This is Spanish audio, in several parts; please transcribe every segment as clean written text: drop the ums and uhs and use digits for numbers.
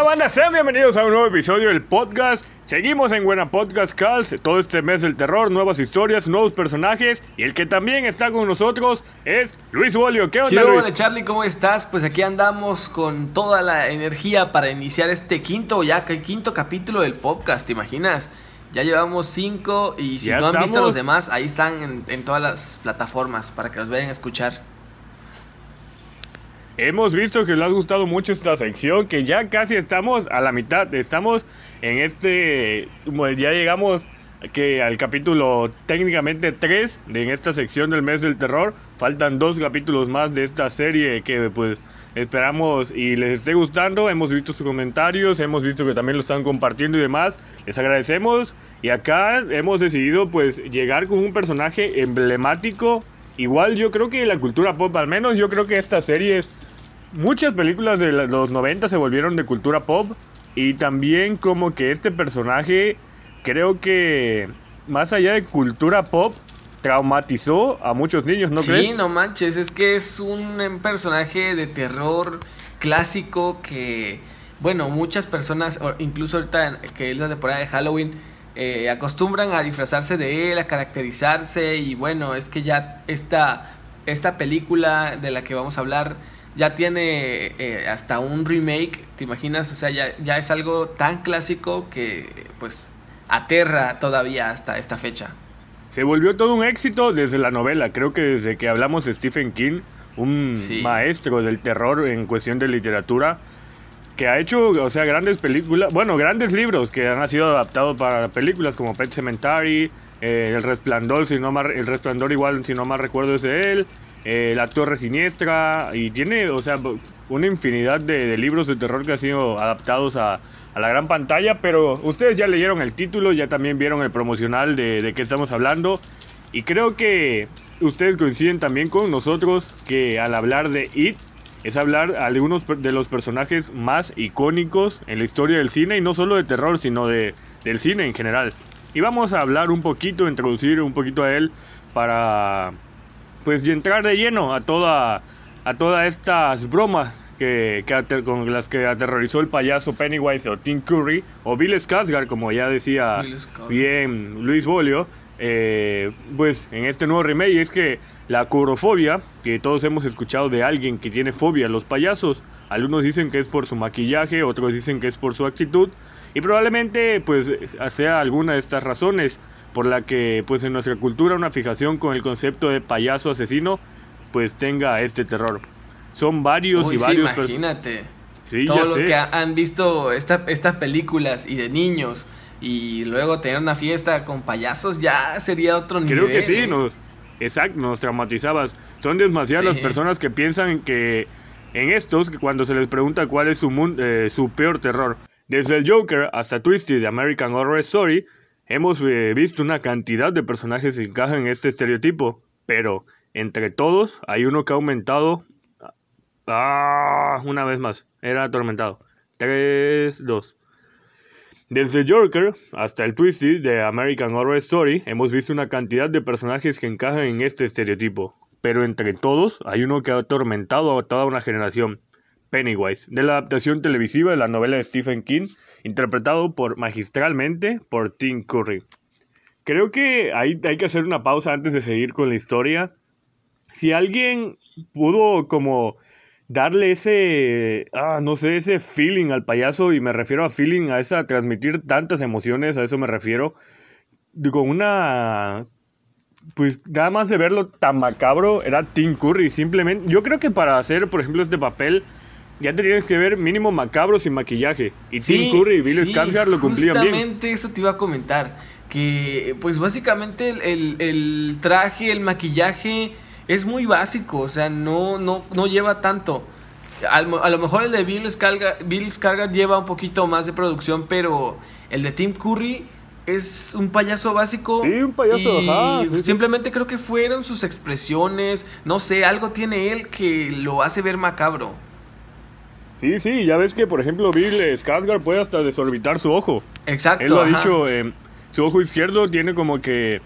banda? Sean bienvenidos a un nuevo episodio del podcast. Seguimos en Buena Podcast Calls, todo este mes del terror, nuevas historias, nuevos personajes. Y el que también está con nosotros es Luis Bolio. ¿Qué onda, Luis? Hola, Charlie, ¿cómo estás? Pues aquí andamos con toda la energía para iniciar este quinto capítulo del podcast, ¿te imaginas? Ya llevamos 5 y si ya no han estamos. visto los demás, ahí están en todas las plataformas para que los vayan a escuchar. Hemos visto que les ha gustado mucho esta sección, que ya casi estamos a la mitad. Estamos en ya llegamos al capítulo técnicamente 3 en esta sección del mes del terror. Faltan 2 capítulos más de esta serie que pues esperamos y les esté gustando. Hemos visto sus comentarios, hemos visto que también lo están compartiendo y demás. Les agradecemos y acá hemos decidido pues llegar con un personaje emblemático. Igual yo creo que la cultura pop, al menos yo creo que esta serie es... Muchas películas de los 90 se volvieron de cultura pop. Y también como que este personaje, creo que más allá de cultura pop, traumatizó a muchos niños, ¿no crees? Sí, no manches, es que es un personaje de terror clásico que, bueno, muchas personas, incluso ahorita que es la temporada de Halloween, acostumbran a disfrazarse de él, a caracterizarse. Y bueno, es que ya esta película de la que vamos a hablar ya tiene hasta un remake, ¿te imaginas? O sea, ya es algo tan clásico que pues aterra todavía hasta esta fecha. Se volvió todo un éxito desde la novela. Creo que desde que hablamos de Stephen King, un maestro del terror en cuestión de literatura, que ha hecho, o sea, grandes películas, bueno, grandes libros que han sido adaptados para películas como Pet Sematary, El Resplandor, El Resplandor igual, si no mal recuerdo, es de él, La Torre Siniestra, y tiene, o sea, una infinidad de libros de terror que han sido adaptados a la gran pantalla. Pero ustedes ya leyeron el título, ya también vieron el promocional de qué estamos hablando, y creo que ustedes coinciden también con nosotros que al hablar de It, es hablar a algunos de los personajes más icónicos en la historia del cine, y no solo de terror, sino del cine en general. Y vamos a hablar un poquito, introducir un poquito a él para pues entrar de lleno a todas estas bromas con las que aterrorizó el payaso Pennywise o Tim Curry o Bill Skarsgård, como ya decía bien Luis Bolio. Pues en este nuevo remake es que la courofobia, que todos hemos escuchado de alguien que tiene fobia a los payasos. Algunos dicen que es por su maquillaje, otros dicen que es por su actitud, y probablemente pues sea alguna de estas razones por la que pues en nuestra cultura una fijación con el concepto de payaso asesino pues tenga este terror. Son varios Uy, y varios. Sí, imagínate. Sí, todos ya los sé. que han visto estas películas y de niños y luego tener una fiesta con payasos ya sería otro nivel. Creo que sí, nos traumatizabas. Son demasiadas las personas que piensan que en estos, que cuando se les pregunta cuál es su peor terror. Desde el Joker hasta Twisted de American Horror Story, hemos visto una cantidad de personajes que encajan en este estereotipo. Pero entre todos hay uno que ha aumentado. Una vez más, era atormentado. 3, 2. Desde Joker hasta el Twisted de American Horror Story, hemos visto una cantidad de personajes que encajan en este estereotipo. Pero entre todos hay uno que ha atormentado a toda una generación. Pennywise, de la adaptación televisiva de la novela de Stephen King, interpretado magistralmente por Tim Curry. Creo que hay que hacer una pausa antes de seguir con la historia. Si alguien pudo como darle ese feeling al payaso, y me refiero a feeling, a transmitir tantas emociones, a eso me refiero, con una... pues nada más de verlo tan macabro, era Tim Curry. Simplemente, yo creo que para hacer, por ejemplo, este papel, ya tenías que ver mínimo macabro sin maquillaje. Y Tim Curry y Bill Skarsgård lo cumplían bien. Justamente eso te iba a comentar. Que pues básicamente el traje, el maquillaje es muy básico. O sea, no lleva tanto. A lo mejor el de Bill Skarsgård lleva un poquito más de producción, pero el de Tim Curry es un payaso básico. Sí, un payaso, y simplemente creo que fueron sus expresiones. No sé, algo tiene él que lo hace ver macabro. Sí, ya ves que, por ejemplo, Bill Skarsgård puede hasta desorbitar su ojo. Exacto. Él lo ha dicho, su ojo izquierdo tiene como que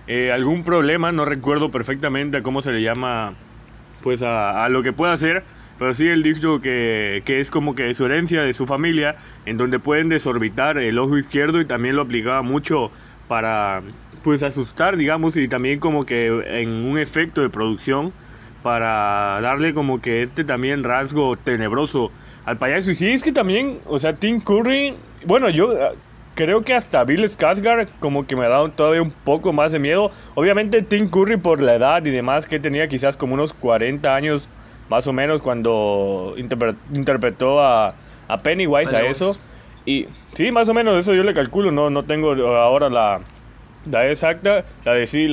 algún problema, no recuerdo perfectamente a cómo se le llama, pues a lo que puede hacer, pero sí él dijo que es como que su herencia de su familia, en donde pueden desorbitar el ojo izquierdo, y también lo aplicaba mucho para pues asustar, digamos, y también como que en un efecto de producción para darle como que también rasgo tenebroso al payaso. Y sí, es que también, o sea, Tim Curry, bueno, yo creo que hasta Bill Skarsgård como que me ha dado todavía un poco más de miedo. Obviamente Tim Curry por la edad y demás, que tenía quizás como unos 40 años más o menos cuando interpretó a Pennywise, a eso. Y sí, más o menos eso yo le calculo, no tengo ahora la exacta. La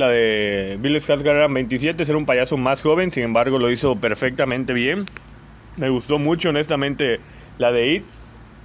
de Bill Skarsgård eran 27, era un payaso más joven, sin embargo lo hizo perfectamente bien. Me gustó mucho honestamente la de It,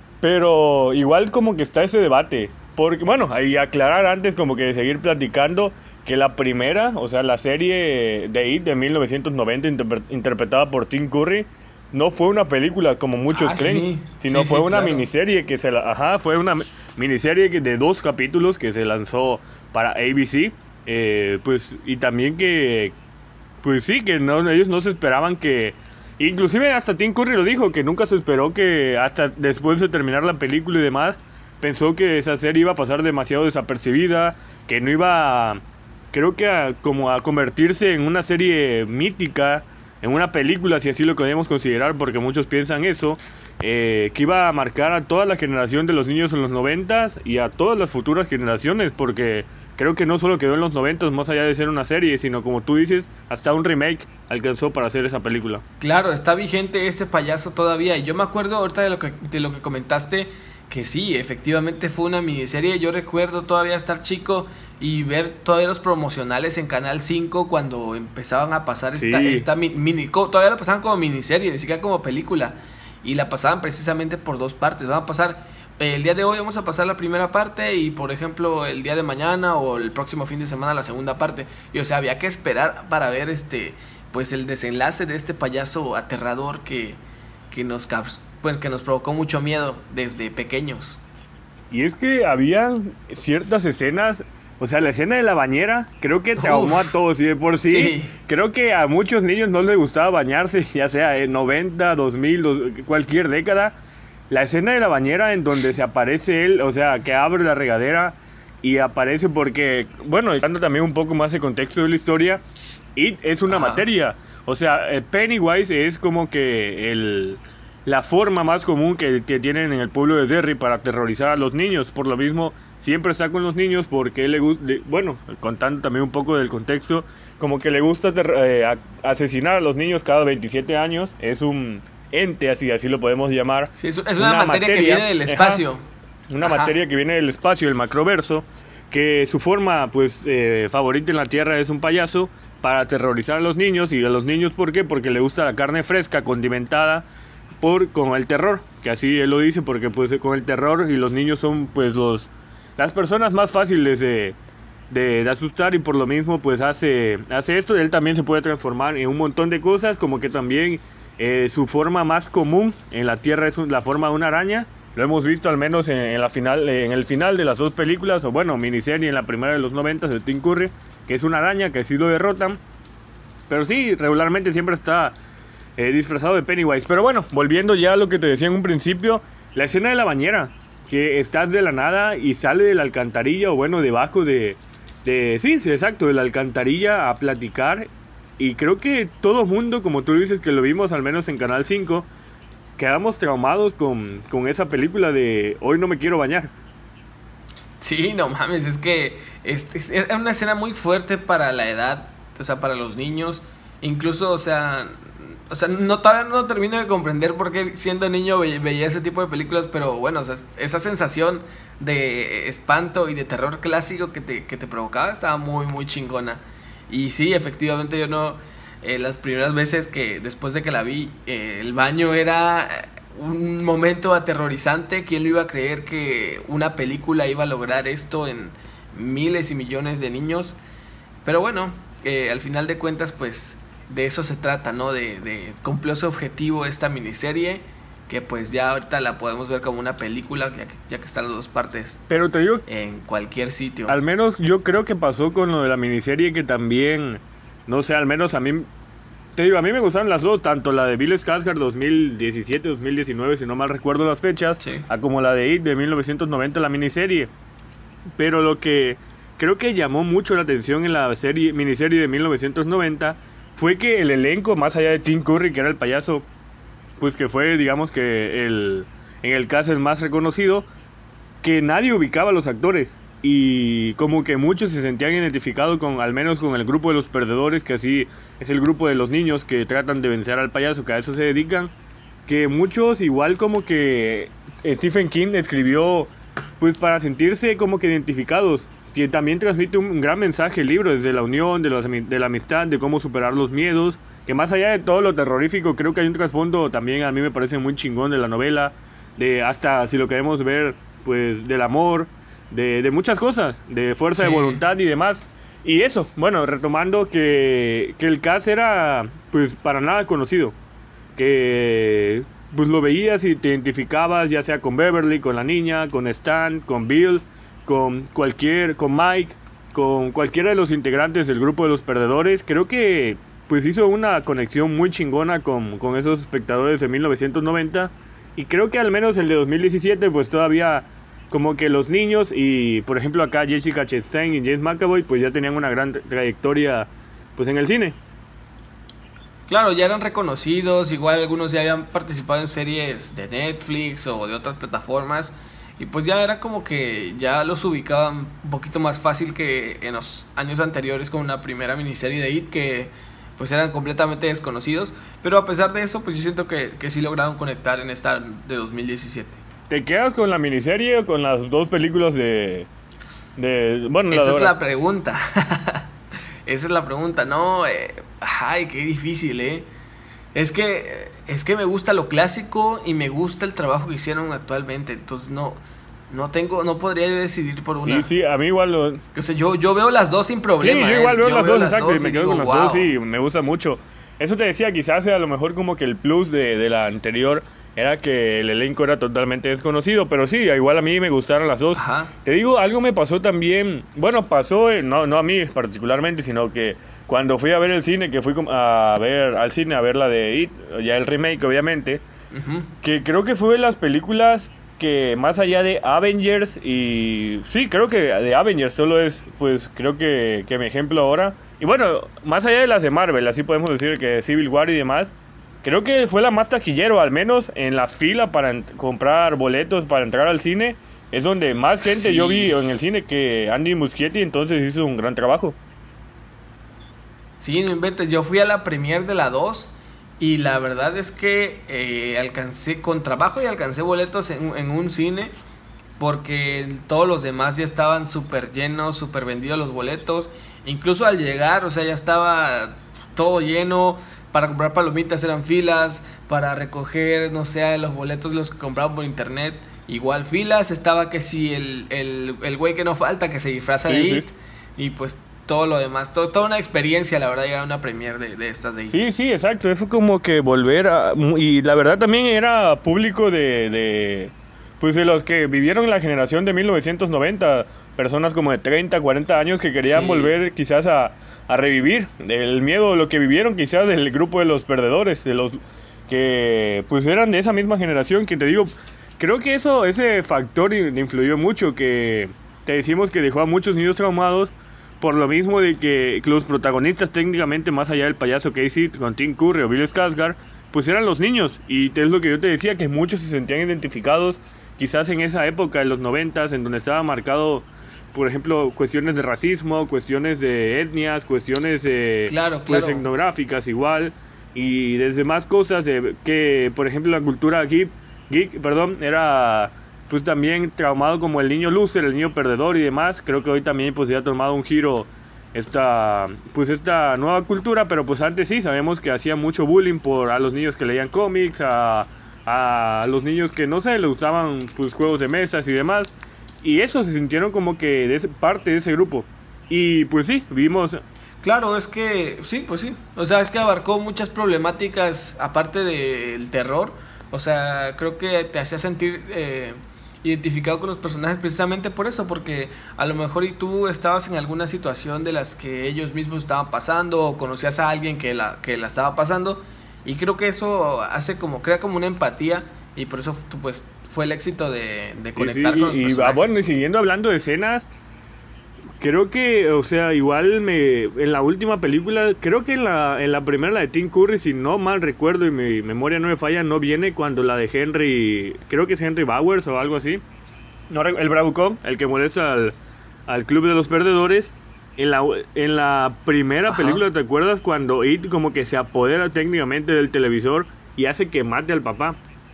pero igual como que está ese debate, porque bueno, hay aclarar antes como que de seguir platicando que la primera, o sea, la serie de It de 1990 interpretada por Tim Curry, no fue una película como muchos creen, sino fue una miniserie que fue una miniserie de 2 capítulos que se lanzó para ABC, pues, y también que, pues sí, que no, ellos no se esperaban que, inclusive hasta Tim Curry lo dijo, que nunca se esperó que hasta después de terminar la película y demás, pensó que esa serie iba a pasar demasiado desapercibida, que no iba, creo que como a convertirse en una serie mítica, en una película, si así lo podemos considerar, porque muchos piensan eso, que iba a marcar a toda la generación de los niños en los 90s y a todas las futuras generaciones, porque creo que no solo quedó en los 90s, más allá de ser una serie, sino como tú dices, hasta un remake alcanzó para hacer esa película. Claro, está vigente este payaso todavía, y yo me acuerdo ahorita de lo que comentaste, que sí, efectivamente fue una miniserie. Yo recuerdo todavía estar chico y ver todavía los promocionales en Canal 5 cuando empezaban a pasar esta mini, todavía la pasaban como miniserie, ni siquiera como película, y la pasaban precisamente por 2 partes. Van a pasar, el día de hoy vamos a pasar la primera parte, y por ejemplo el día de mañana o el próximo fin de semana la segunda parte, y o sea, había que esperar para ver pues el desenlace de este payaso aterrador que nos provocó mucho miedo desde pequeños. Y es que había ciertas escenas, o sea, la escena de la bañera creo que traumó a todos, y de por sí, creo que a muchos niños no les gustaba bañarse, ya sea en 90, 2000, cualquier década. La escena de la bañera en donde se aparece él, o sea, que abre la regadera y aparece porque, bueno, dando también un poco más de contexto de la historia, It es una materia. O sea, Pennywise es como que la forma más común que tienen en el pueblo de Derry para aterrorizar a los niños. Por lo mismo, siempre está con los niños porque él le gusta, bueno, contando también un poco del contexto, como que le gusta asesinar a los niños cada 27 años. Es un ente, así lo podemos llamar. Sí, es una materia que viene del espacio. Una materia que viene del espacio, el macroverso, que su forma pues favorita en la Tierra es un payaso, para aterrorizar a los niños. Y a los niños, ¿por qué? Porque le gusta la carne fresca, condimentada con el terror, que así él lo dice, porque pues con el terror, y los niños son pues las personas más fáciles de asustar, y por lo mismo pues hace esto. Él también se puede transformar en un montón de cosas, como que también su forma más común en la Tierra es la forma de una araña. Lo hemos visto al menos en el final de las 2 películas, o bueno, miniserie en la primera de los 90 de Tim Curry, que es una araña, que sí lo derrotan. Pero sí, regularmente siempre está disfrazado de Pennywise. Pero bueno, volviendo ya a lo que te decía en un principio, la escena de la bañera, que estás de la nada y sale de la alcantarilla, o bueno, debajo sí, exacto, de la alcantarilla a platicar. Y creo que todo mundo, como tú dices, que lo vimos al menos en Canal 5, quedamos traumados con esa película de Hoy no me quiero bañar. Sí, no mames, es que era una escena muy fuerte para la edad, o sea, para los niños. Incluso, o sea, todavía no termino de comprender por qué siendo niño veía ese tipo de películas, pero bueno, o sea, esa sensación de espanto y de terror clásico que te provocaba estaba muy, muy chingona. Y sí, efectivamente yo no, las primeras veces que después de que la vi, el baño era un momento aterrorizante. ¿Quién lo iba a creer que una película iba a lograr esto en miles y millones de niños? Pero bueno, al final de cuentas pues de eso se trata, ¿no? De cumplió su objetivo esta miniserie, que pues ya ahorita la podemos ver como una película, ya que están las 2 partes. Pero te digo, en cualquier sitio. Al menos yo creo que pasó con lo de la miniserie, que también, no sé, al menos a mí te digo, a mí me gustaron las dos, tanto la de Bill Skarsgård 2017, 2019, si no mal recuerdo las fechas, sí, a como la de It de 1990, la miniserie. Pero lo que creo que llamó mucho la atención en la miniserie de 1990 fue que el elenco, más allá de Tim Curry, que era el payaso, pues que fue, digamos que en el cast el más reconocido, que nadie ubicaba a los actores. Y como que muchos se sentían identificados al menos con el grupo de los perdedores, que así es el grupo de los niños que tratan de vencer al payaso, que a eso se dedican. Que muchos, igual como que Stephen King escribió, pues para sentirse como que identificados, que también transmite un gran mensaje el libro, desde la unión, de la amistad, de cómo superar los miedos, que más allá de todo lo terrorífico, creo que hay un trasfondo también, a mí me parece muy chingón de la novela, de hasta, si lo queremos ver, pues del amor, de muchas cosas, de fuerza de voluntad y demás. Y eso, bueno, retomando que el cast era pues para nada conocido, que pues lo veías y te identificabas ya sea con Beverly, con la niña, con Stan, con Bill, con Mike, con cualquiera de los integrantes del grupo de los perdedores. Creo que pues hizo una conexión muy chingona con esos espectadores de 1990, y creo que al menos el de 2017 pues todavía como que los niños, y por ejemplo acá Jessica Chastain y James McAvoy pues ya tenían una gran trayectoria pues en el cine. Claro, ya eran reconocidos, igual algunos ya habían participado en series de Netflix o de otras plataformas, y pues ya era como que ya los ubicaban un poquito más fácil que en los años anteriores con una primera miniserie de It, que pues eran completamente desconocidos, pero a pesar de eso pues yo siento que sí lograron conectar en esta de 2017. ¿Te quedas con la miniserie o con las dos películas bueno, esa es la pregunta. Esa es la pregunta, no, ay, qué difícil, es que me gusta lo clásico y me gusta el trabajo que hicieron actualmente, entonces no podría decidir por una. Sí, a mí igual o sea, yo veo las dos sin problema. Sí, yo igual veo las dos, exacto, y me quedo con las dos, y me gusta mucho. Eso te decía, quizás a lo mejor como que el plus de la anterior era que el elenco era totalmente desconocido, pero sí, igual a mí me gustaron las dos. Ajá. Te digo, algo me pasó también, bueno, pasó, no a mí particularmente, sino que cuando fui a ver el cine, que fui al cine a ver la de It, ya el remake obviamente, que creo que fue de las películas que más allá de Avengers, y sí, creo que de Avengers solo es, pues creo que mi ejemplo ahora, y bueno, más allá de las de Marvel, así podemos decir que Civil War y demás, creo que fue la más taquillero, al menos en la fila para comprar boletos para entrar al cine. Es donde más gente yo vi en el cine que Andy Muschietti, entonces hizo un gran trabajo. Sí, no inventes, yo fui a la premiere de la 2 y la verdad es que alcancé con trabajo y alcancé boletos en un cine, porque todos los demás ya estaban súper llenos, súper vendidos los boletos. Incluso al llegar, o sea, ya estaba todo lleno. Para comprar palomitas eran filas, para recoger, no sé, los boletos los que compraban por internet, igual filas. Estaba que si el güey que no falta, que se disfraza de It, y pues todo lo demás, toda una experiencia, la verdad, era una premiere de estas de It. Sí, exacto, fue como que volver y la verdad también era público pues de los que vivieron la generación de 1990, personas como de 30, 40 años que querían volver quizás a revivir el miedo, lo que vivieron quizás del grupo de los perdedores, de los que pues eran de esa misma generación, que te digo, creo que ese factor influyó mucho, que te decimos que dejó a muchos niños traumados, por lo mismo de que los protagonistas técnicamente, más allá del payaso Casey con Tim Curry o Bill Skarsgård, pues eran los niños, y es lo que yo te decía, que muchos se sentían identificados quizás en esa época, en los 90s, en donde estaba marcado, por ejemplo, cuestiones de racismo, cuestiones de etnias, cuestiones pues etnográficas igual, y desde más cosas que, por ejemplo, la cultura geek, era pues también traumado como el niño loser, el niño perdedor y demás. Creo que hoy también pues ya ha tomado un giro esta nueva cultura, pero pues antes sí, sabemos que hacía mucho bullying a los niños que leían cómics, a los niños que no sé, les gustaban pues juegos de mesas y demás, y eso se sintieron como que parte de ese grupo. Y pues sí, vimos. Claro, es que sí, pues sí, o sea, es que abarcó muchas problemáticas aparte del terror. O sea, creo que te hacía sentir identificado con los personajes precisamente por eso, porque a lo mejor y tú estabas en alguna situación de las que ellos mismos estaban pasando o conocías a alguien que la estaba pasando, y creo que eso crea como una empatía, y por eso pues fue el éxito de conectar con los personajes. Bueno, y siguiendo hablando de escenas, creo que, o sea, igual en la última película, creo que en la primera, la de Tim Curry, si no mal recuerdo y mi memoria no me falla, no viene cuando la de Henry, creo que es Henry Bowers o algo así, no, el bravucón, el que molesta al club de los perdedores. En la primera película, ¿te acuerdas? Cuando It como que se apodera técnicamente del televisor y hace que mate al papá.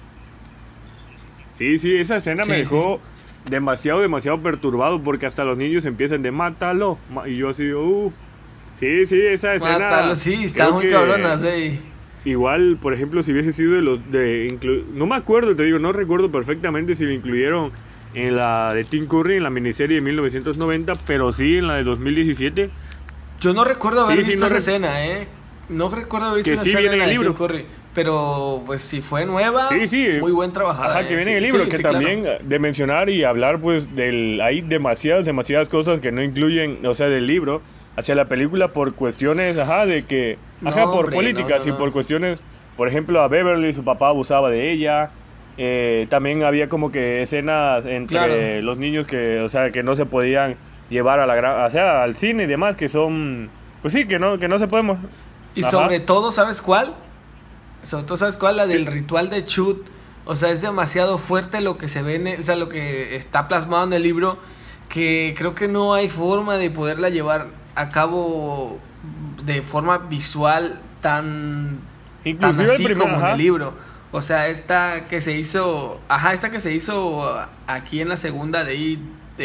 Sí, esa escena me dejó demasiado perturbado, porque hasta los niños empiezan de mátalo, y yo así, sí, esa escena. Mátalo, sí, está muy cabrona, sí. Igual, por ejemplo, si hubiese sido no me acuerdo, te digo, no recuerdo perfectamente si lo incluyeron en la de Tim Curry, en la miniserie de 1990, pero sí en la de 2017. Yo no recuerdo haber visto esa escena, no recuerdo haber visto esa escena en el libro. Tim Curry. Pero pues si fue nueva, muy buen trabajada. Ajá, que viene en el libro, que también claro, de mencionar y hablar pues hay demasiadas cosas que no incluyen, o sea, del libro hacia la película por cuestiones, de que, por políticas y por cuestiones, por ejemplo, a Beverly su papá abusaba de ella, también había como que escenas entre los niños que, o sea, que no se podían llevar al cine y demás, que son, pues sí, que no se podemos. Y sobre todo, ¿sabes cuál? La del ritual de Chut. O sea, es demasiado fuerte lo que se ve, lo que está plasmado en el libro, que creo que no hay forma de poderla llevar a cabo de forma visual tan así como en el libro. O sea, esta que se hizo aquí en la segunda de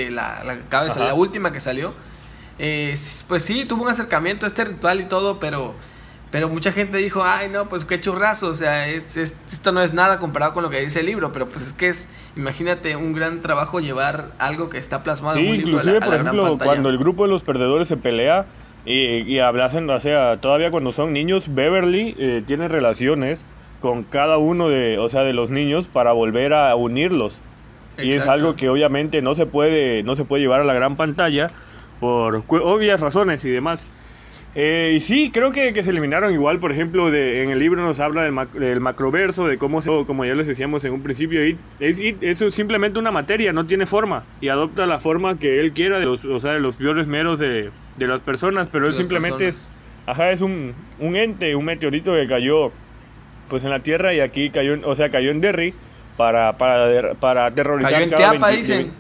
la última que salió, pues sí, tuvo un acercamiento a este ritual y todo, pero mucha gente dijo, ay no, pues qué churrazo, o sea, esto no es nada comparado con lo que dice el libro, pero pues es que imagínate un gran trabajo llevar algo que está plasmado en un libro inclusive, por ejemplo, cuando el grupo de los perdedores se pelea y hablan, o sea, todavía cuando son niños, Beverly tiene relaciones con cada uno de los niños para volver a unirlos. Exacto. Y es algo que obviamente no se puede llevar a la gran pantalla por obvias razones y demás. Y sí, creo que se eliminaron igual, por ejemplo, en el libro nos habla del macroverso, de como ya les decíamos en un principio, eso es simplemente una materia, no tiene forma, y adopta la forma que él quiera de los peores meros de las personas, pero él simplemente es un ente, un meteorito que cayó pues en la Tierra, y aquí cayó en Derry para aterrorizar. Cayó en Teapa, dicen.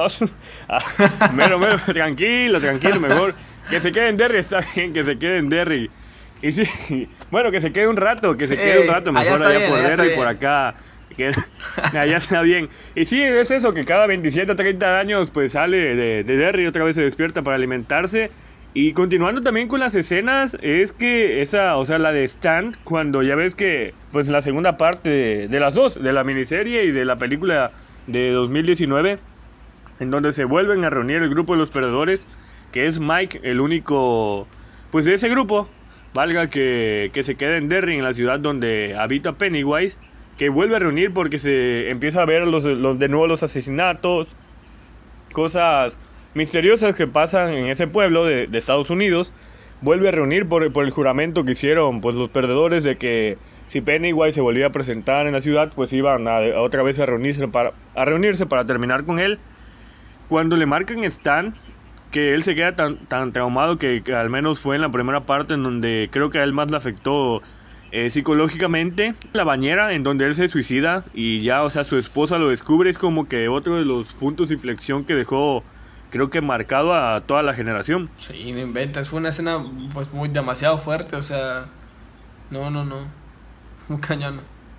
Mero, tranquilo, mejor que se quede en Derry, está bien, que se quede en Derry. Y sí, bueno, que se quede un rato, mejor allá por Derry, por acá, que allá está bien. Y sí, es eso, que cada 27 a 30 años pues sale de Derry, otra vez se despierta para alimentarse. Y continuando también con las escenas, es que la de Stand, cuando ya ves que pues la segunda parte de las dos, de la miniserie y de la película de 2019, en donde se vuelven a reunir el grupo de los perdedores, que es Mike, el único pues de ese grupo, valga que se queda en Derry, en la ciudad donde habita Pennywise, que vuelve a reunir porque se empieza a ver de nuevo los asesinatos, cosas misteriosas que pasan en ese pueblo de Estados Unidos. Vuelve a reunir por el juramento que hicieron pues los perdedores de que si Pennywise se volvía a presentar en la ciudad, pues iban otra vez a reunirse para terminar con él. Cuando le marcan Stan, que él se queda tan traumado que al menos fue en la primera parte en donde creo que a él más le afectó psicológicamente, la bañera en donde él se suicida y ya, su esposa lo descubre, es como que otro de los puntos de inflexión que dejó, creo que marcado a toda la generación. Sí, no inventas, fue una escena pues demasiado fuerte, no, muy cañón.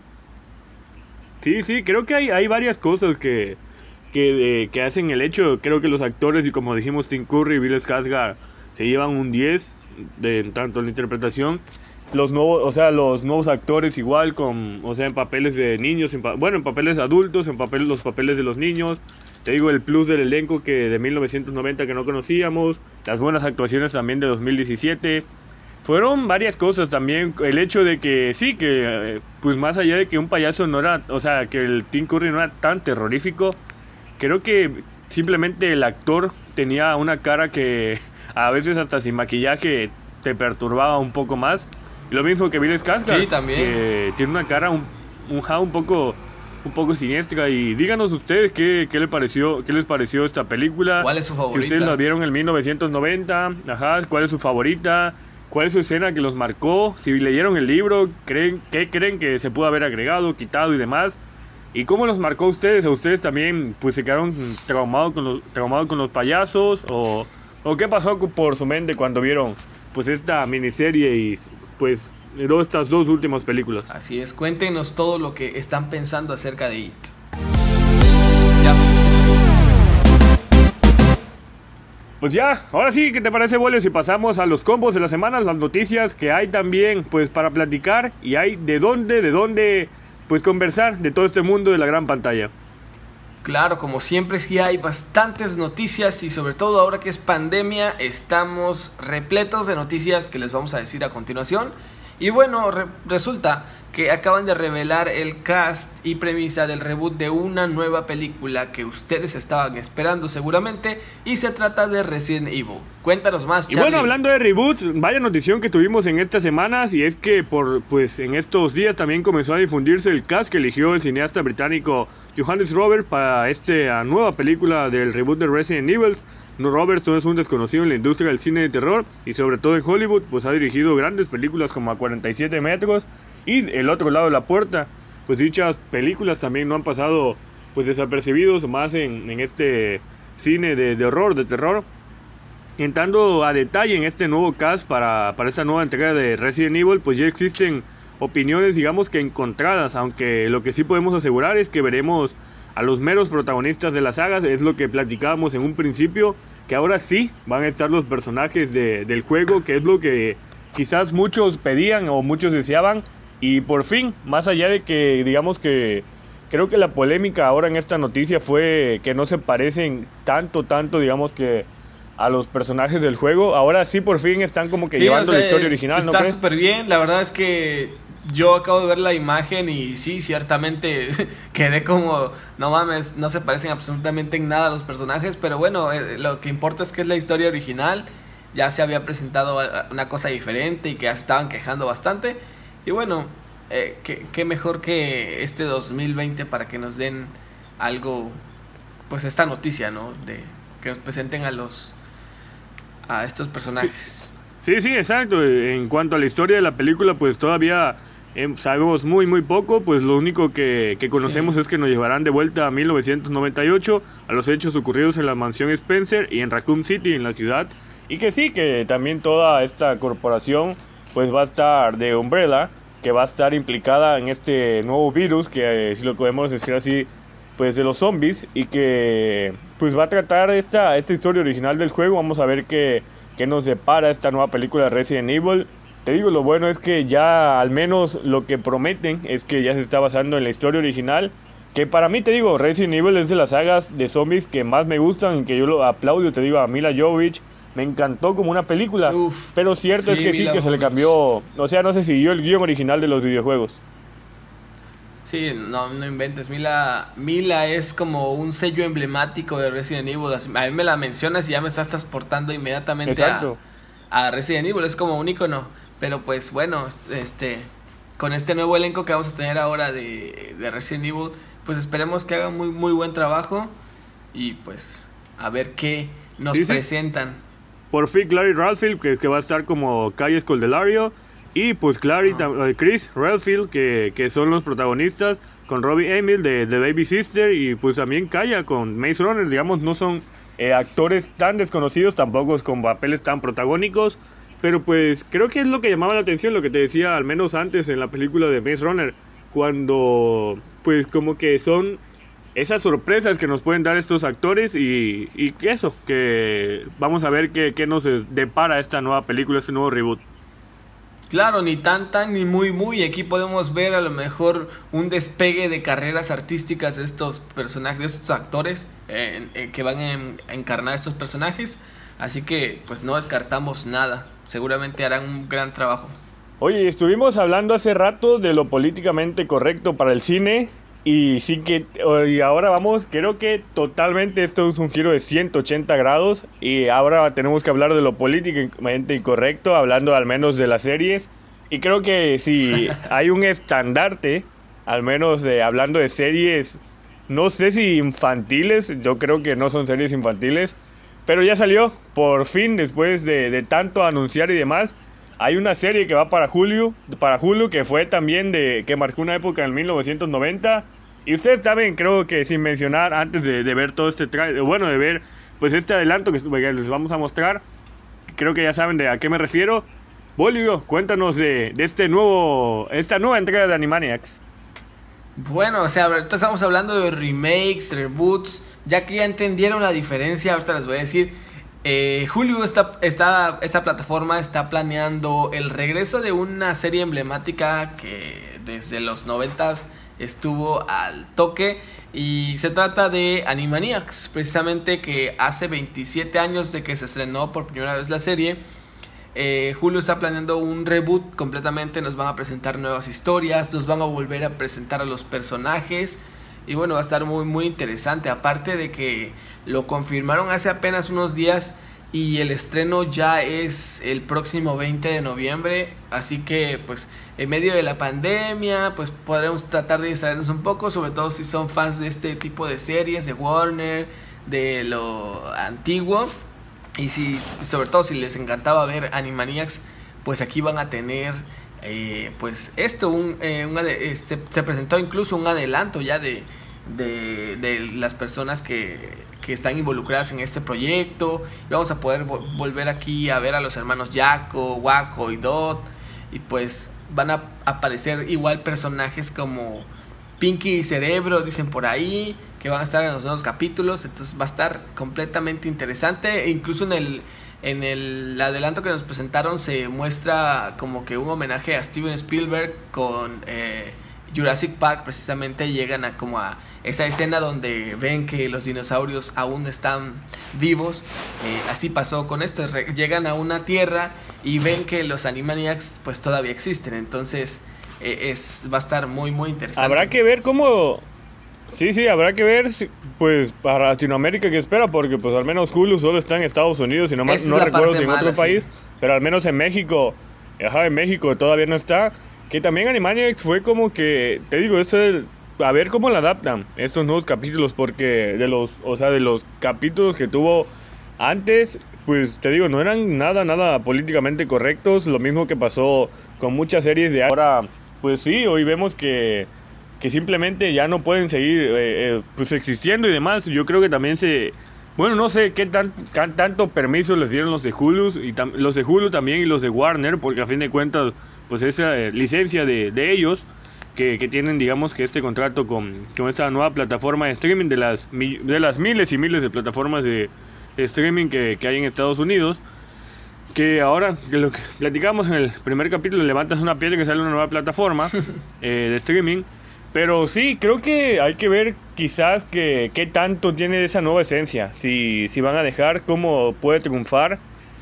Sí, creo que hay varias cosas que hacen el hecho. Creo que los actores, y como dijimos, Tim Curry y Bill Skarsgård se llevan un 10 de tanto la interpretación. Los nuevos actores igual, en papeles de niños, en papeles adultos, los papeles de los niños. Te digo, el plus del elenco de 1990 que no conocíamos, las buenas actuaciones también de 2017. Fueron varias cosas también, el hecho de que sí, que pues más allá de que un payaso no era, que el Tim Curry no era tan terrorífico, creo que simplemente el actor tenía una cara que a veces hasta sin maquillaje te perturbaba un poco más. Y lo mismo que Bill Skarsgård, sí, también. Que tiene una cara un poco siniestra. Y díganos ustedes qué les pareció esta película. ¿Cuál es su favorita? Si ustedes la vieron en 1990, ¿cuál es su favorita? ¿Cuál es su escena que los marcó? Si leyeron el libro, ¿qué creen que se pudo haber agregado, quitado y demás? ¿Y cómo los marcó a ustedes? ¿A ustedes también pues se quedaron traumados con los payasos? ¿O qué pasó por su mente cuando vieron pues esta miniserie y pues estas dos últimas películas? Así es, cuéntenos todo lo que están pensando acerca de It. Pues ya, ahora sí, ¿qué te parece, Bolio? Si pasamos a los combos de la semana, las noticias que hay también pues para platicar y hay de dónde pues conversar de todo este mundo de la gran pantalla. Claro, como siempre sí hay bastantes noticias y sobre todo ahora que es pandemia estamos repletos de noticias que les vamos a decir a continuación. Y bueno, resulta que acaban de revelar el cast y premisa del reboot de una nueva película que ustedes estaban esperando seguramente, y se trata de Resident Evil. Cuéntanos más, Charlie. Y bueno, hablando de reboots, vaya notición que tuvimos en estas semanas, y es que pues en estos días también comenzó a difundirse el cast que eligió el cineasta británico Johannes Roberts para esta nueva película del reboot de Resident Evil. Roberts no es un desconocido en la industria del cine de terror y sobre todo en Hollywood, pues ha dirigido grandes películas como A 47 metros y El otro lado de la puerta. Pues dichas películas también no han pasado pues desapercibidos más en este cine de horror, de terror. Entrando a detalle en este nuevo cast para esta nueva entrega de Resident Evil, pues ya existen opiniones digamos que encontradas, aunque lo que sí podemos asegurar es que veremos a los meros protagonistas de las sagas. Es lo que platicábamos en un principio, que ahora sí van a estar los personajes del juego, que es lo que quizás muchos pedían o muchos deseaban. Y por fin, más allá de que digamos que creo que la polémica ahora en esta noticia fue que no se parecen tanto digamos que a los personajes del juego, ahora sí por fin están como que llevando la historia original, ¿no crees? Está súper bien, la verdad es que yo acabo de ver la imagen y sí, ciertamente quedé como, no mames, no se parecen absolutamente en nada a los personajes, pero bueno, lo que importa es que es la historia original. Ya se había presentado una cosa diferente y que ya se estaban quejando bastante. Y bueno, qué mejor que este 2020 para que nos den algo, pues esta noticia, ¿no? De que nos presenten a estos personajes. Sí, exacto. En cuanto a la historia de la película, pues todavía sabemos muy poco. Pues lo único que conocemos es que nos llevarán de vuelta a 1998, a los hechos ocurridos en la mansión Spencer y en Raccoon City, en la ciudad. Y que sí, que también toda esta corporación pues va a estar de Umbrella, que va a estar implicada en este nuevo virus, que si lo podemos decir así, pues de los zombies, y que pues va a tratar esta historia original del juego. Vamos a ver qué nos depara esta nueva película de Resident Evil. Te digo, lo bueno es que ya al menos lo que prometen es que ya se está basando en la historia original, que para mí, te digo, Resident Evil es de las sagas de zombies que más me gustan, y que yo lo aplaudo. Te digo, a Mila Jovovich me encantó como una película. Pero cierto es que sí, que se le cambió, o sea, no se siguió el guión original de los videojuegos. Sí, no inventes. Mila es como un sello emblemático de Resident Evil. A mí me la mencionas y ya me estás transportando inmediatamente a Resident Evil. Es como un icono. Pero pues bueno, con este nuevo elenco que vamos a tener ahora de Resident Evil, pues esperemos que hagan muy buen trabajo. Y pues a ver qué nos presentan. Por fin Clary Redfield, que va a estar como Kaya Scodelario. Y pues Chris Redfield, que son los protagonistas, con Robbie Amell de Baby Sister, y pues también Kaya con Maze Runner. Digamos, no son actores tan desconocidos, tampoco con papeles tan protagónicos, pero pues creo que es lo que llamaba la atención, lo que te decía al menos antes en la película de Maze Runner, cuando pues como que son esas sorpresas que nos pueden dar estos actores, y que vamos a ver qué nos depara esta nueva película, este nuevo reboot. Claro, ni tan ni muy. Aquí podemos ver a lo mejor un despegue de carreras artísticas de estos personajes, de estos actores que van a encarnar estos personajes. Así que pues no descartamos nada. Seguramente harán un gran trabajo. Oye, estuvimos hablando hace rato de lo políticamente correcto para el cine, Y sí que, y ahora vamos, creo que totalmente esto es un giro de 180 grados y ahora tenemos que hablar de lo políticamente incorrecto, hablando al menos de las series. Y creo que si hay un estandarte, al menos hablando de series, no sé si infantiles, yo creo que no son series infantiles, pero ya salió, por fin, después de tanto anunciar y demás. Hay una serie que va para Hulu, que fue también que marcó una época en 1990. Y ustedes saben, creo que sin mencionar, antes de ver todo este trailer, bueno, de ver pues este adelanto que les vamos a mostrar, creo que ya saben de a qué me refiero. Bolivio, cuéntanos de esta nueva entrega de Animaniacs. Bueno, o sea, ahorita estamos hablando de remakes, reboots, ya que ya entendieron la diferencia, ahorita les voy a decir. Hulu, esta plataforma está planeando el regreso de una serie emblemática que desde los 90s estuvo al toque, y se trata de Animaniacs, precisamente, que hace 27 años de que se estrenó por primera vez la serie. Hulu está planeando un reboot completamente, nos van a presentar nuevas historias, nos van a volver a presentar a los personajes. Y bueno, va a estar muy muy interesante. Aparte de que lo confirmaron hace apenas unos días y el estreno ya es el próximo 20 de noviembre. Así que pues en medio de la pandemia pues podremos tratar de distraernos un poco, sobre todo si son fans de este tipo de series, de Warner, de lo antiguo. Y sobre todo si les encantaba ver Animaniacs, pues aquí van a tener pues esto, se presentó incluso un adelanto ya de las personas que están involucradas en este proyecto. Y vamos a poder volver aquí a ver a los hermanos Jaco, Waco y Dot. Y pues van a aparecer igual personajes como Pinky y Cerebro, dicen por ahí, que van a estar en los nuevos capítulos. Entonces va a estar completamente interesante. E incluso en el adelanto que nos presentaron se muestra como que un homenaje a Steven Spielberg con Jurassic Park. Precisamente llegan a esa escena donde ven que los dinosaurios aún están vivos. Así pasó con esto, llegan a una tierra y ven que los Animaniacs pues todavía existen. Entonces va a estar muy muy interesante. Habrá que ver cómo... Sí, habrá que ver, pues, para Latinoamérica qué espera, porque pues al menos Hulu solo está en Estados Unidos y no recuerdo si en otro país, pero al menos en México, en México todavía no está. Que también Animaniacs fue como que, te digo, a ver cómo la adaptan estos nuevos capítulos, porque de los capítulos que tuvo antes, pues te digo, no eran nada políticamente correctos. Lo mismo que pasó con muchas series de ahora. Pues sí, hoy vemos que simplemente ya no pueden seguir pues existiendo y demás. Yo creo que también bueno, no sé qué tanto permiso les dieron los de Hulu los de Hulu también y los de Warner, porque a fin de cuentas pues esa licencia de ellos que tienen, digamos, que este contrato con esta nueva plataforma de streaming de las miles y miles de plataformas de streaming que hay en Estados Unidos. Que ahora, que lo que platicamos en el primer capítulo, levantas una piedra que sale una nueva plataforma de streaming. Pero sí, creo que hay que ver quizás qué tanto tiene esa nueva esencia. Si van a dejar, cómo puede triunfar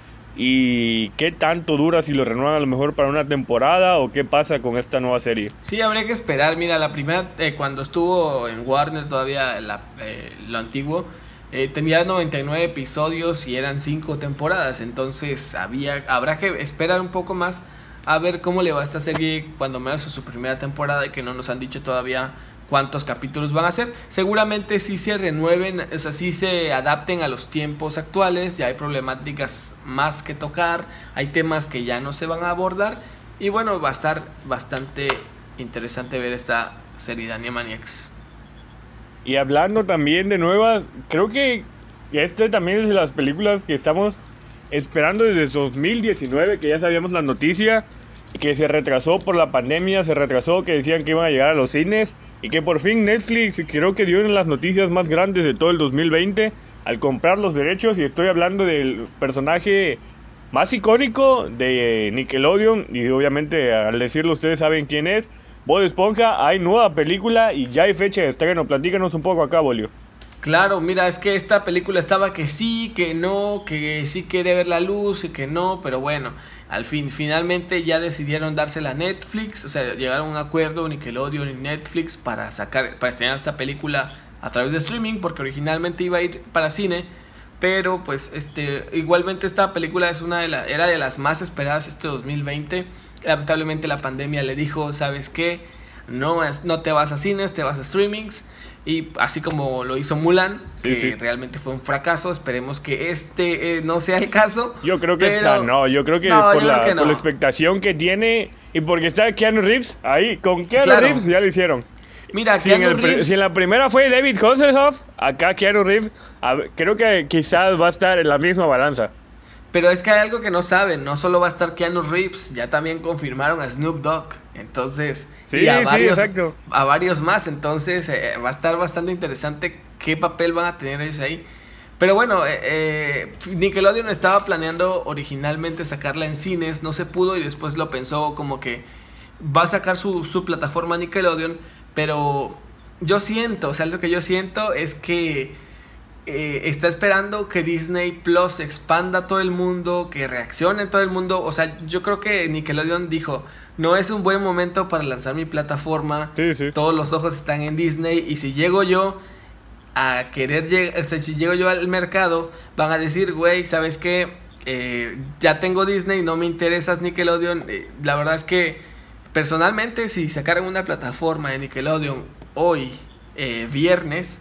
y qué tanto dura, si lo renuevan a lo mejor para una temporada o qué pasa con esta nueva serie. Sí, habría que esperar. Mira, la primera, cuando estuvo en Warner todavía lo antiguo, tenía 99 episodios y eran 5 temporadas. Entonces habrá que esperar un poco más a ver cómo le va a esta serie cuando menos a su primera temporada, y que no nos han dicho todavía cuántos capítulos van a ser. Seguramente sí se renueven, o sea, sí se adapten a los tiempos actuales. Ya hay problemáticas más que tocar, hay temas que ya no se van a abordar. Y bueno, va a estar bastante interesante ver esta serie de Animaniacs. Y hablando también de nuevas, creo que este también es de las películas que estamos esperando desde 2019, que ya sabíamos la noticia, que se retrasó por la pandemia, que decían que iban a llegar a los cines, y que por fin Netflix creo que dio en las noticias más grandes de todo el 2020 al comprar los derechos. Y estoy hablando del personaje más icónico de Nickelodeon, y obviamente al decirlo ustedes saben quién es, Bob Esponja. Hay nueva película y ya hay fecha de estreno. Platícanos un poco acá, Bolio. Claro, mira, es que esta película estaba que sí, que no, que sí quiere ver la luz y que no, pero bueno, finalmente ya decidieron dársela a Netflix, o sea, llegaron a un acuerdo Nickelodeon y Netflix para estrenar esta película a través de streaming, porque originalmente iba a ir para cine, pero pues igualmente esta película era de las más esperadas este 2020. Lamentablemente la pandemia le dijo, ¿sabes qué? No te vas a cines, te vas a streamings. Y así como lo hizo Mulan, que realmente fue un fracaso, esperemos que no sea el caso. Yo creo que yo creo que por la expectación que tiene y porque está Keanu Reeves ahí, con Keanu Reeves ya lo hicieron. Mira, si en la primera fue David Hasselhoff, acá Keanu Reeves, creo que quizás va a estar en la misma balanza. Pero es que hay algo que no saben, no solo va a estar Keanu Reeves, ya también confirmaron a Snoop Dogg, entonces, a varios más, entonces va a estar bastante interesante qué papel van a tener ellos ahí. Pero bueno, Nickelodeon estaba planeando originalmente sacarla en cines, no se pudo y después lo pensó como que va a sacar su plataforma Nickelodeon, pero yo siento, o sea, lo que yo siento es que está esperando que Disney Plus expanda a todo el mundo, que reaccione todo el mundo. O sea, yo creo que Nickelodeon dijo, no es un buen momento para lanzar mi plataforma, todos los ojos están en Disney, y si llego yo a querer llegar, o sea, si llego yo al mercado, van a decir, güey, ¿sabes qué? Ya tengo Disney, no me interesas Nickelodeon. La verdad es que personalmente, si sacaran una plataforma de Nickelodeon hoy, viernes,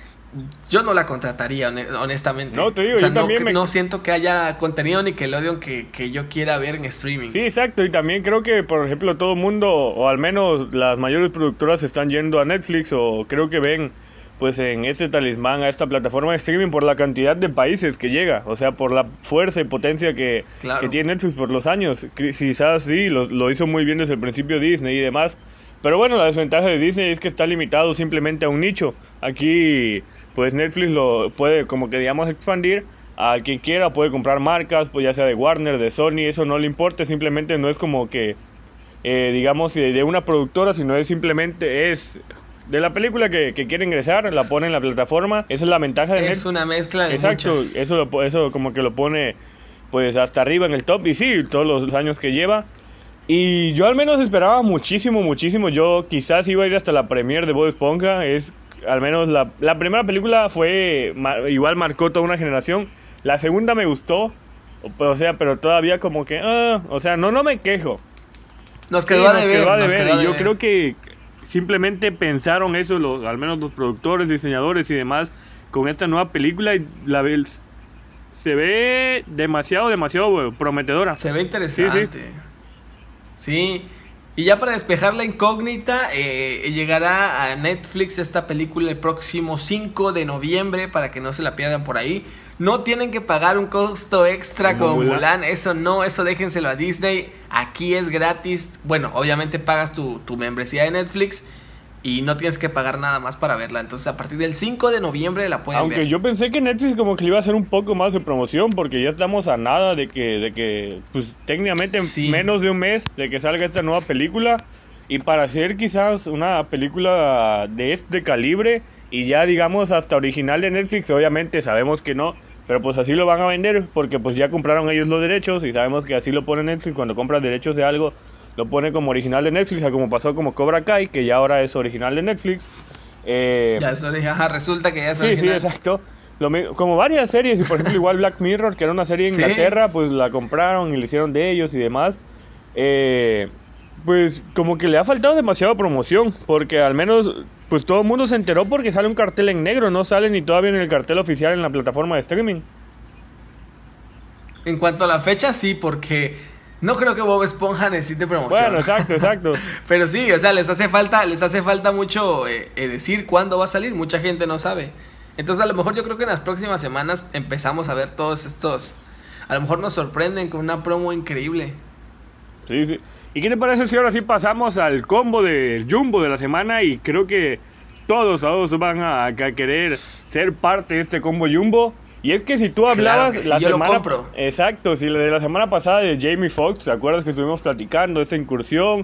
yo no la contrataría, honestamente. No, te digo, o sea, yo también no siento que haya contenido Nickelodeon que yo quiera ver en streaming. Sí, exacto, y también creo que, por ejemplo, todo el mundo, o al menos las mayores productoras, están yendo a Netflix, o creo que ven, pues, en este talismán, a esta plataforma de streaming, por la cantidad de países que llega, o sea, por la fuerza y potencia que tiene Netflix por los años. Quizás sí, lo hizo muy bien desde el principio Disney y demás, pero bueno, la desventaja de Disney es que está limitado simplemente a un nicho. Aquí pues Netflix lo puede, como que digamos, expandir a quien quiera, puede comprar marcas, pues ya sea de Warner, de Sony, eso no le importa, simplemente no es como que, digamos, de una productora, sino es simplemente de la película que quiere ingresar, la pone en la plataforma, esa es la ventaja de Netflix. Es una mezcla de exacto, muchas. Eso como que lo pone, pues, hasta arriba en el top, y sí, todos los años que lleva. Y yo al menos esperaba muchísimo, yo quizás iba a ir hasta la premiere de Bob Esponja, al menos la primera película igual marcó toda una generación. La segunda me gustó, o sea, pero todavía como que, o sea, no me quejo. Nos quedó a deber. Y yo creo que simplemente pensaron eso, al menos los productores, diseñadores y demás, con esta nueva película, y se ve demasiado prometedora. Se ve interesante. Sí. Y ya para despejar la incógnita, llegará a Netflix esta película el próximo 5 de noviembre, para que no se la pierdan por ahí. No tienen que pagar un costo extra como Mulan, eso déjenselo a Disney. Aquí es gratis. Bueno, obviamente pagas tu membresía de Netflix y no tienes que pagar nada más para verla. Entonces a partir del 5 de noviembre la pueden ver. Aunque yo pensé que Netflix como que le iba a hacer un poco más de promoción, porque ya estamos a nada de que pues técnicamente en menos de un mes de que salga esta nueva película. Y para hacer quizás una película de este calibre y ya digamos hasta original de Netflix, obviamente sabemos que no, pero pues así lo van a vender, porque pues ya compraron ellos los derechos y sabemos que así lo pone Netflix. Cuando compras derechos de algo, lo pone como original de Netflix, como pasó como Cobra Kai, que ya ahora es original de Netflix. Resulta que ya es original. Sí, exacto. Como varias series, y por ejemplo igual Black Mirror, que era una serie de Inglaterra, pues la compraron y le hicieron de ellos y demás. Pues como que le ha faltado demasiada promoción, porque al menos pues todo el mundo se enteró porque sale un cartel en negro, no sale ni todavía en el cartel oficial en la plataforma de streaming. En cuanto a la fecha, sí, porque no creo que Bob Esponja necesite promoción. Bueno, exacto. Pero sí, o sea, les hace falta mucho decir cuándo va a salir, mucha gente no sabe. Entonces a lo mejor yo creo que en las próximas semanas empezamos a ver todos estos, a lo mejor nos sorprenden con una promo increíble. Sí. ¿Y qué te parece si ahora sí pasamos al combo del Jumbo de la semana? Y creo que todos van a querer ser parte de este combo Jumbo. Y es que si tú hablabas yo lo compro. Exacto, si de la semana pasada de Jamie Foxx, ¿te acuerdas que estuvimos platicando de esta incursión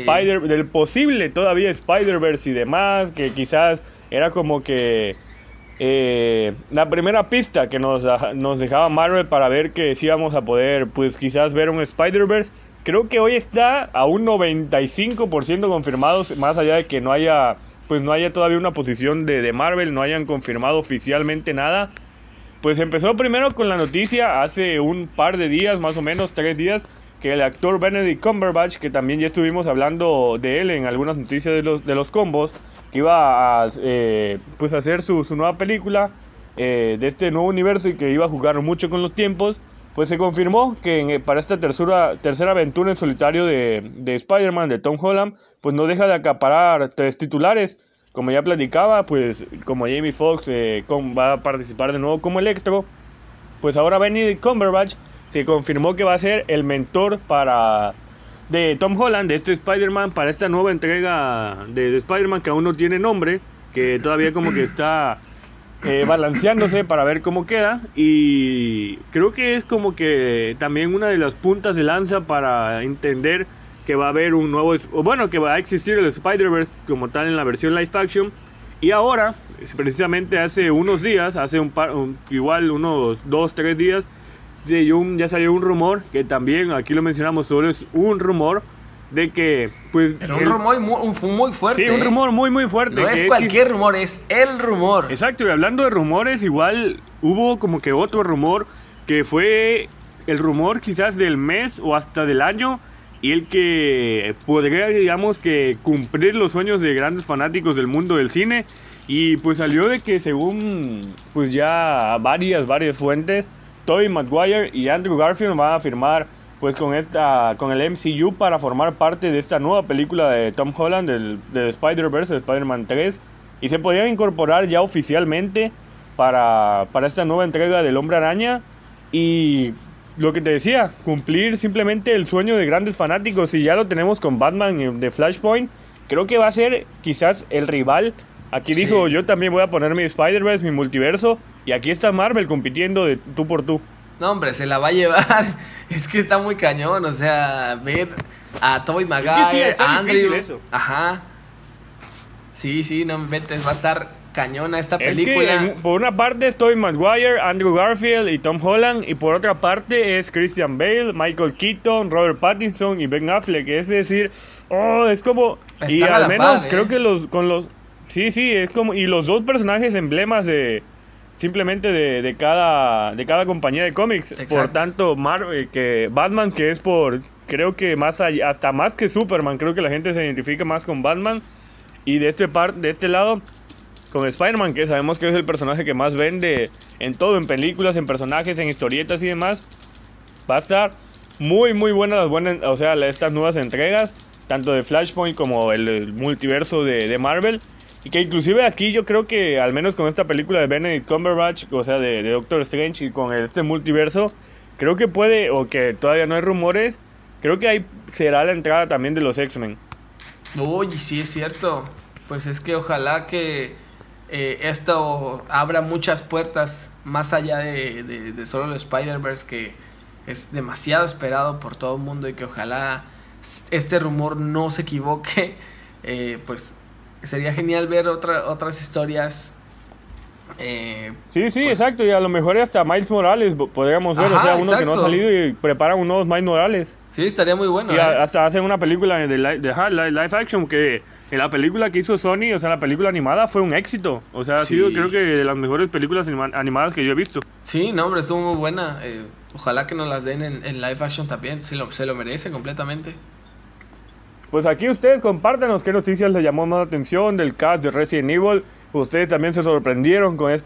del posible todavía Spider-Verse y demás, que quizás era como que la primera pista que nos dejaba Marvel para ver que sí íbamos a poder, pues quizás ver un Spider-Verse, creo que hoy está a un 95% confirmado, más allá de que no haya todavía una posición de Marvel, no hayan confirmado oficialmente nada. Pues empezó primero con la noticia hace un par de días, más o menos 3 días, que el actor Benedict Cumberbatch, que también ya estuvimos hablando de él en algunas noticias de los combos, que iba a pues hacer su nueva película de este nuevo universo y que iba a jugar mucho con los tiempos, pues se confirmó que para esta tercera aventura en solitario de Spider-Man, de Tom Holland, pues no deja de acaparar 3 titulares. Como ya platicaba, pues como Jamie Foxx va a participar de nuevo como Electro, pues ahora Benedict Cumberbatch se confirmó que va a ser el mentor de Tom Holland, de este Spider-Man, para esta nueva entrega de Spider-Man que aún no tiene nombre, que todavía como que está balanceándose para ver cómo queda, y creo que es como que también una de las puntas de lanza para entender que va a haber un nuevo, bueno, que va a existir el Spider-Verse como tal en la versión live action. Y ahora, precisamente hace unos días, igual unos 2-3 días, ya salió un rumor, que también aquí lo mencionamos, solo es un rumor, de que, pues... Pero un rumor muy fuerte. Sí, un rumor muy, muy fuerte. No es cualquier rumor, es el rumor. Exacto, y hablando de rumores, igual hubo como que otro rumor, que fue el rumor quizás del mes o hasta del año, y el que podría, digamos, que cumplir los sueños de grandes fanáticos del mundo del cine. Y pues salió de que según pues ya varias fuentes, Tobey Maguire y Andrew Garfield van a firmar pues con el MCU para formar parte de esta nueva película de Tom Holland, del Spider-Verse, de Spider-Man 3. Y se podrían incorporar ya oficialmente para esta nueva entrega del Hombre Araña. Y lo que te decía, cumplir simplemente el sueño de grandes fanáticos. Y ya lo tenemos con Batman de Flashpoint, creo que va a ser quizás el rival. Aquí sí. Dijo, yo también voy a poner mi Spider-Verse, mi multiverso, y aquí está Marvel compitiendo de tú por tú. No, hombre, se la va a llevar. Es que está muy cañón, o sea, ver a Tobey Maguire, a Andrew. Eso. Ajá. Sí, no me inventes, va a estar cañona esta película. Es que por una parte es Tobey Maguire, Andrew Garfield y Tom Holland, y por otra parte es Christian Bale, Michael Keaton, Robert Pattinson y Ben Affleck. Es decir, es como... Están y al menos creo que Sí, es como... Y los dos personajes emblemas simplemente de cada compañía de cómics. Exacto. Por tanto, que Batman, que es creo que hasta más que Superman, creo que la gente se identifica más con Batman. Y de este lado, con Spider-Man, que sabemos que es el personaje que más vende en todo, en películas, en personajes, en historietas y demás. Va a estar muy, muy buenas estas nuevas entregas, tanto de Flashpoint como el multiverso de Marvel. Y que inclusive aquí yo creo que, al menos con esta película de Benedict Cumberbatch, o sea, de Doctor Strange y con este multiverso, creo que puede, o que todavía no hay rumores, creo que ahí será la entrada también de los X-Men. Uy, sí es cierto. Pues es que ojalá que esto abra muchas puertas más allá de solo el Spider-Verse, que es demasiado esperado por todo el mundo, y que ojalá este rumor no se equivoque. Pues sería genial ver otras historias. Sí, pues, exacto, y a lo mejor hasta Miles Morales podríamos ver, uno exacto. Que no ha salido y preparan un nuevo Miles Morales. Sí, estaría muy bueno. Y hasta hacen una película de live action, que en la película que hizo Sony, o sea, la película animada fue un éxito. O sea, ha sido creo que de las mejores películas animadas que yo he visto. Sí, no, hombre, estuvo muy buena. Ojalá que nos las den en live action también, se lo merece completamente. Pues aquí ustedes compártanos qué noticias les llamó más la atención del cast de Resident Evil. Ustedes también se sorprendieron con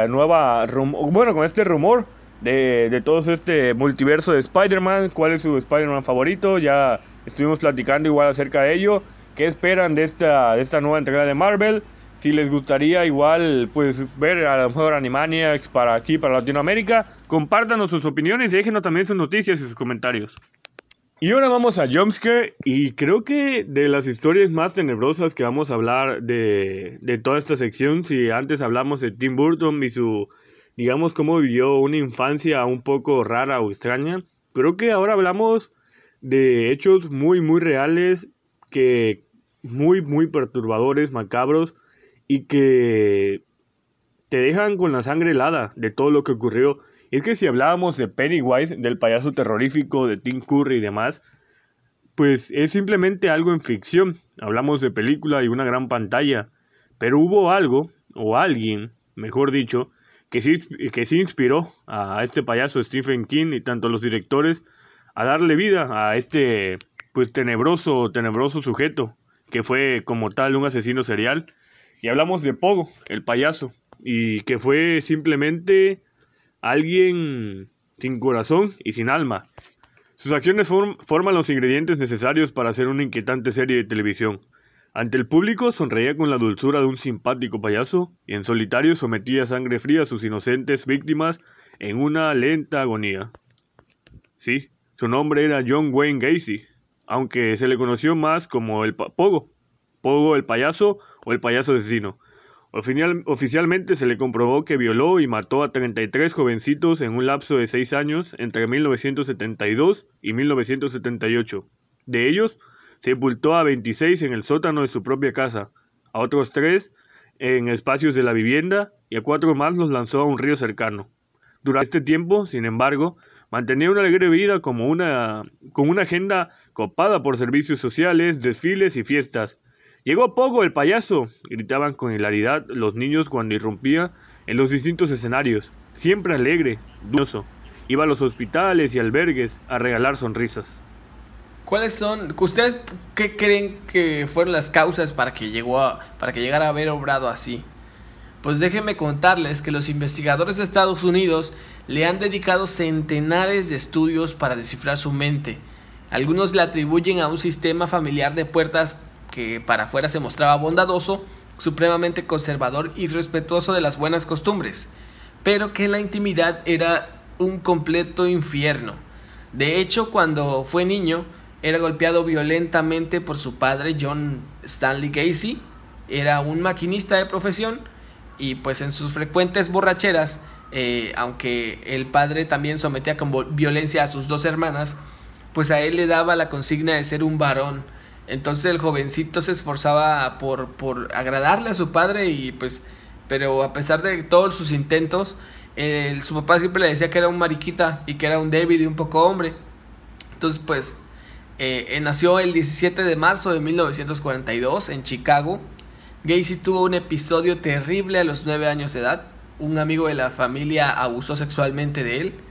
con este rumor de todo este multiverso de Spider-Man. ¿Cuál es su Spider-Man favorito? Ya estuvimos platicando igual acerca de ello. ¿Qué esperan de esta nueva entrega de Marvel? Si les gustaría igual pues ver a lo mejor Animaniacs para Latinoamérica, compártanos sus opiniones y déjenos también sus noticias y sus comentarios. Y ahora vamos a Jumpscare, y creo que de las historias más tenebrosas que vamos a hablar de toda esta sección, si antes hablamos de Tim Burton y digamos, cómo vivió una infancia un poco rara o extraña, creo que ahora hablamos de hechos muy, muy reales, muy, muy perturbadores, macabros, y que te dejan con la sangre helada de todo lo que ocurrió. Y es que si hablábamos de Pennywise, del payaso terrorífico, de Tim Curry y demás, pues es simplemente algo en ficción. Hablamos de película y una gran pantalla. Pero hubo algo, o alguien, mejor dicho, que sí inspiró a este payaso Stephen King y tanto a los directores a darle vida a este pues tenebroso sujeto, que fue como tal un asesino serial. Y hablamos de Pogo, el payaso, y que fue simplemente alguien sin corazón y sin alma. Sus acciones forman los ingredientes necesarios para hacer una inquietante serie de televisión. Ante el público sonreía con la dulzura de un simpático payaso y en solitario sometía a sangre fría a sus inocentes víctimas en una lenta agonía. Sí, su nombre era John Wayne Gacy, aunque se le conoció más como el Pogo el payaso o el payaso asesino. Oficialmente se le comprobó que violó y mató a 33 jovencitos en un lapso de 6 años entre 1972 y 1978. De ellos, sepultó a 26 en el sótano de su propia casa, a otros 3 en espacios de la vivienda y a 4 más los lanzó a un río cercano. Durante este tiempo, sin embargo, mantenía una alegre vida con una agenda copada por servicios sociales, desfiles y fiestas. «¡Llegó Pogo, el payaso!», gritaban con hilaridad los niños cuando irrumpía en los distintos escenarios. Siempre alegre, dulce, iba a los hospitales y albergues a regalar sonrisas. ¿Cuáles son, ustedes qué creen que fueron las causas para que llegara a haber obrado así? Pues déjenme contarles que los investigadores de Estados Unidos le han dedicado centenares de estudios para descifrar su mente. Algunos le atribuyen a un sistema familiar de puertas que para afuera se mostraba bondadoso, supremamente conservador y respetuoso de las buenas costumbres, pero que en la intimidad era un completo infierno. De hecho, cuando fue niño, era golpeado violentamente por su padre, John Stanley Gacy. Era un maquinista de profesión y pues en sus frecuentes borracheras, aunque el padre también sometía con violencia a sus 2 hermanas, pues a él le daba la consigna de ser un varón. Entonces el jovencito se esforzaba por agradarle a su padre pero a pesar de todos sus intentos, su papá siempre le decía que era un mariquita y que era un débil y un poco hombre. Entonces pues nació el 17 de marzo de 1942 en Chicago. Gacy tuvo un episodio terrible a los 9 años de edad. Un amigo de la familia abusó sexualmente de él,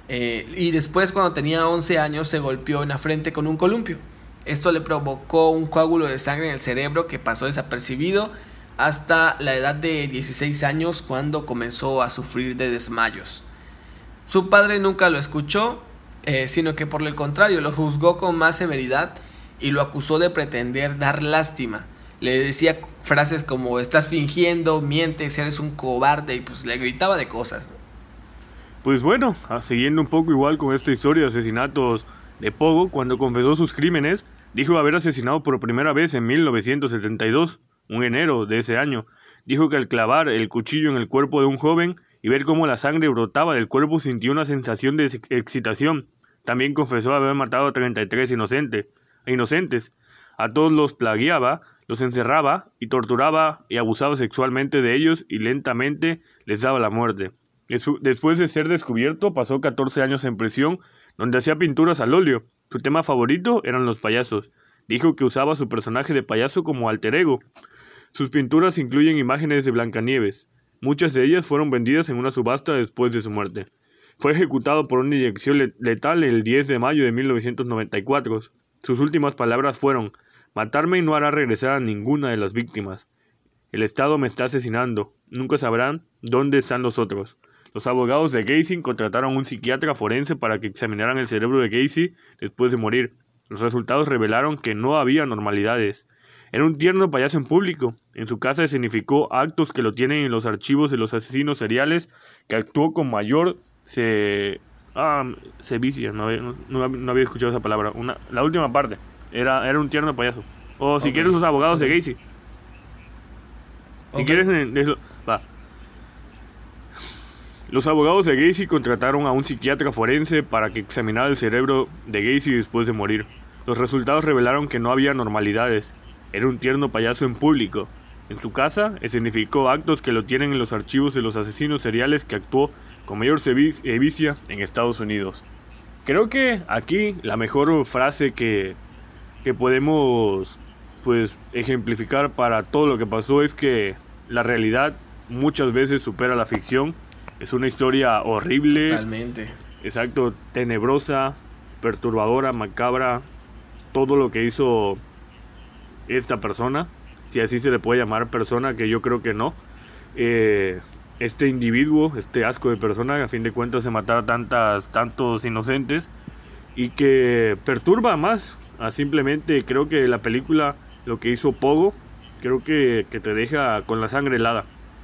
y después, cuando tenía 11 años, se golpeó en la frente con un columpio. Esto le provocó un coágulo de sangre en el cerebro que pasó desapercibido hasta la edad de 16 años, cuando comenzó a sufrir de desmayos. Su padre nunca lo escuchó, sino que por el contrario lo juzgó con más severidad y lo acusó de pretender dar lástima. Le decía frases como «estás fingiendo, mientes, eres un cobarde», y pues le gritaba de cosas. Pues bueno, siguiendo un poco igual con esta historia de asesinatos de Pogo, cuando confesó sus crímenes, dijo haber asesinado por primera vez en 1972, un enero de ese año. Dijo que al clavar el cuchillo en el cuerpo de un joven y ver cómo la sangre brotaba del cuerpo, sintió una sensación de excitación. También confesó haber matado a 33 inocentes. A todos los plagueaba, los encerraba y torturaba y abusaba sexualmente de ellos y lentamente les daba la muerte. Después de ser descubierto, pasó 14 años en prisión, donde hacía pinturas al óleo. Su tema favorito eran los payasos. Dijo que usaba su personaje de payaso como alter ego. Sus pinturas incluyen imágenes de Blancanieves. Muchas de ellas fueron vendidas en una subasta después de su muerte. Fue ejecutado por una inyección letal el 10 de mayo de 1994. Sus últimas palabras fueron: «Matarme no hará regresar a ninguna de las víctimas. El Estado me está asesinando. Nunca sabrán dónde están los otros». Los abogados de Gacy contrataron a un psiquiatra forense para que examinaran el cerebro de Gacy después de morir. Los resultados revelaron que no había anormalidades. Era un tierno payaso en público. En su casa escenificó actos que lo tienen en los archivos de los asesinos seriales, que actuó con mayor sevicia. No había escuchado esa palabra. La última parte. Era un tierno payaso. O si quieres, los abogados de Gacy. Si quieres eso, va. Los abogados de Gacy contrataron a un psiquiatra forense para que examinara el cerebro de Gacy después de morir. Los resultados revelaron que no había anormalidades. Era un tierno payaso en público. en su casa, escenificó actos que lo tienen en los archivos de los asesinos seriales que actuó con mayor sevicia en Estados Unidos. Creo que aquí la mejor frase que podemos pues ejemplificar para todo lo que pasó es que la realidad muchas veces supera la ficción. Es una historia horrible. Totalmente. Exacto, tenebrosa, perturbadora, macabra, todo lo que hizo esta persona, si así se le puede llamar persona, que yo creo que no. Este individuo, este asco de persona, a fin de cuentas se matara tantos inocentes y que perturba más a simplemente, creo que la película, lo que hizo Pogo, creo que te deja con la sangre helada.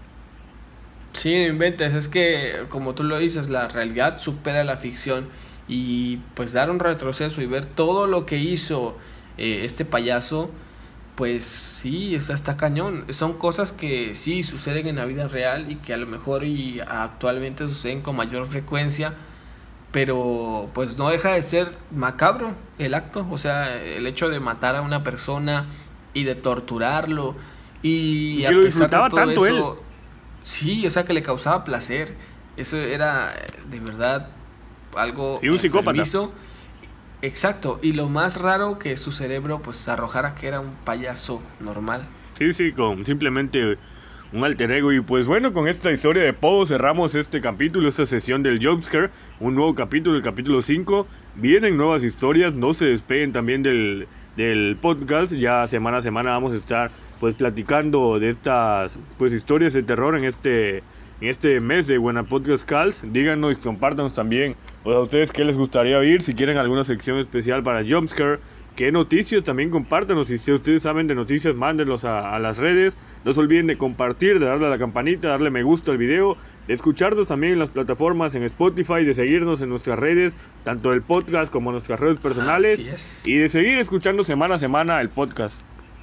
Sí, no inventes, es que como tú lo dices, la realidad supera la ficción y pues dar un retroceso y ver todo lo que hizo este payaso, pues sí, está cañón. Son cosas que sí suceden en la vida real y que a lo mejor y actualmente suceden con mayor frecuencia, pero pues no deja de ser macabro el acto, o sea, el hecho de matar a una persona y de torturarlo y a pesar disfrutaba de todo tanto eso, él. Sí, o sea, que le causaba placer. Eso era de verdad algo y un psicópata. Exacto, y lo más raro que su cerebro pues arrojara que era un payaso normal. Sí, con simplemente un alter ego. Y pues bueno, con esta historia de Pogo cerramos este capítulo, esta sesión del Jumpscare. Un nuevo capítulo, el capítulo 5. Vienen nuevas historias, no se despeguen también del podcast. Ya semana a semana vamos a estar pues platicando de estas pues historias de terror en este mes de Buena Podcast Calls. Díganos y compártanos también pues, a ustedes qué les gustaría oír, si quieren alguna sección especial para Jumpscare, qué noticias también compártanos, y si ustedes saben de noticias mándenlos a las redes. No se olviden de compartir, de darle a la campanita, darle me gusta al video, de escucharnos también en las plataformas en Spotify, de seguirnos en nuestras redes, tanto el podcast como nuestras redes personales, y de seguir escuchando semana a semana el podcast.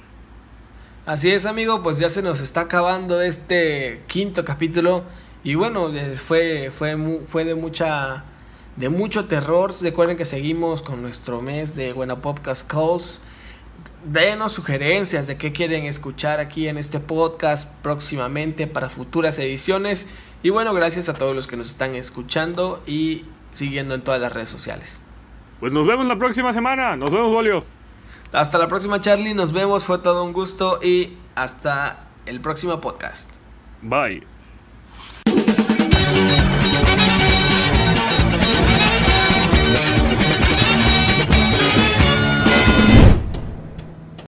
Así es, amigo, pues ya se nos está acabando este quinto capítulo y bueno, fue de mucho terror. Recuerden que seguimos con nuestro mes de Buena Podcast Calls. Denos sugerencias de qué quieren escuchar aquí en este podcast próximamente para futuras ediciones. Y bueno, gracias a todos los que nos están escuchando y siguiendo en todas las redes sociales. Pues nos vemos la próxima semana. Nos vemos, Bolio. Hasta la próxima, Charlie. Nos vemos. Fue todo un gusto y hasta el próximo podcast. Bye.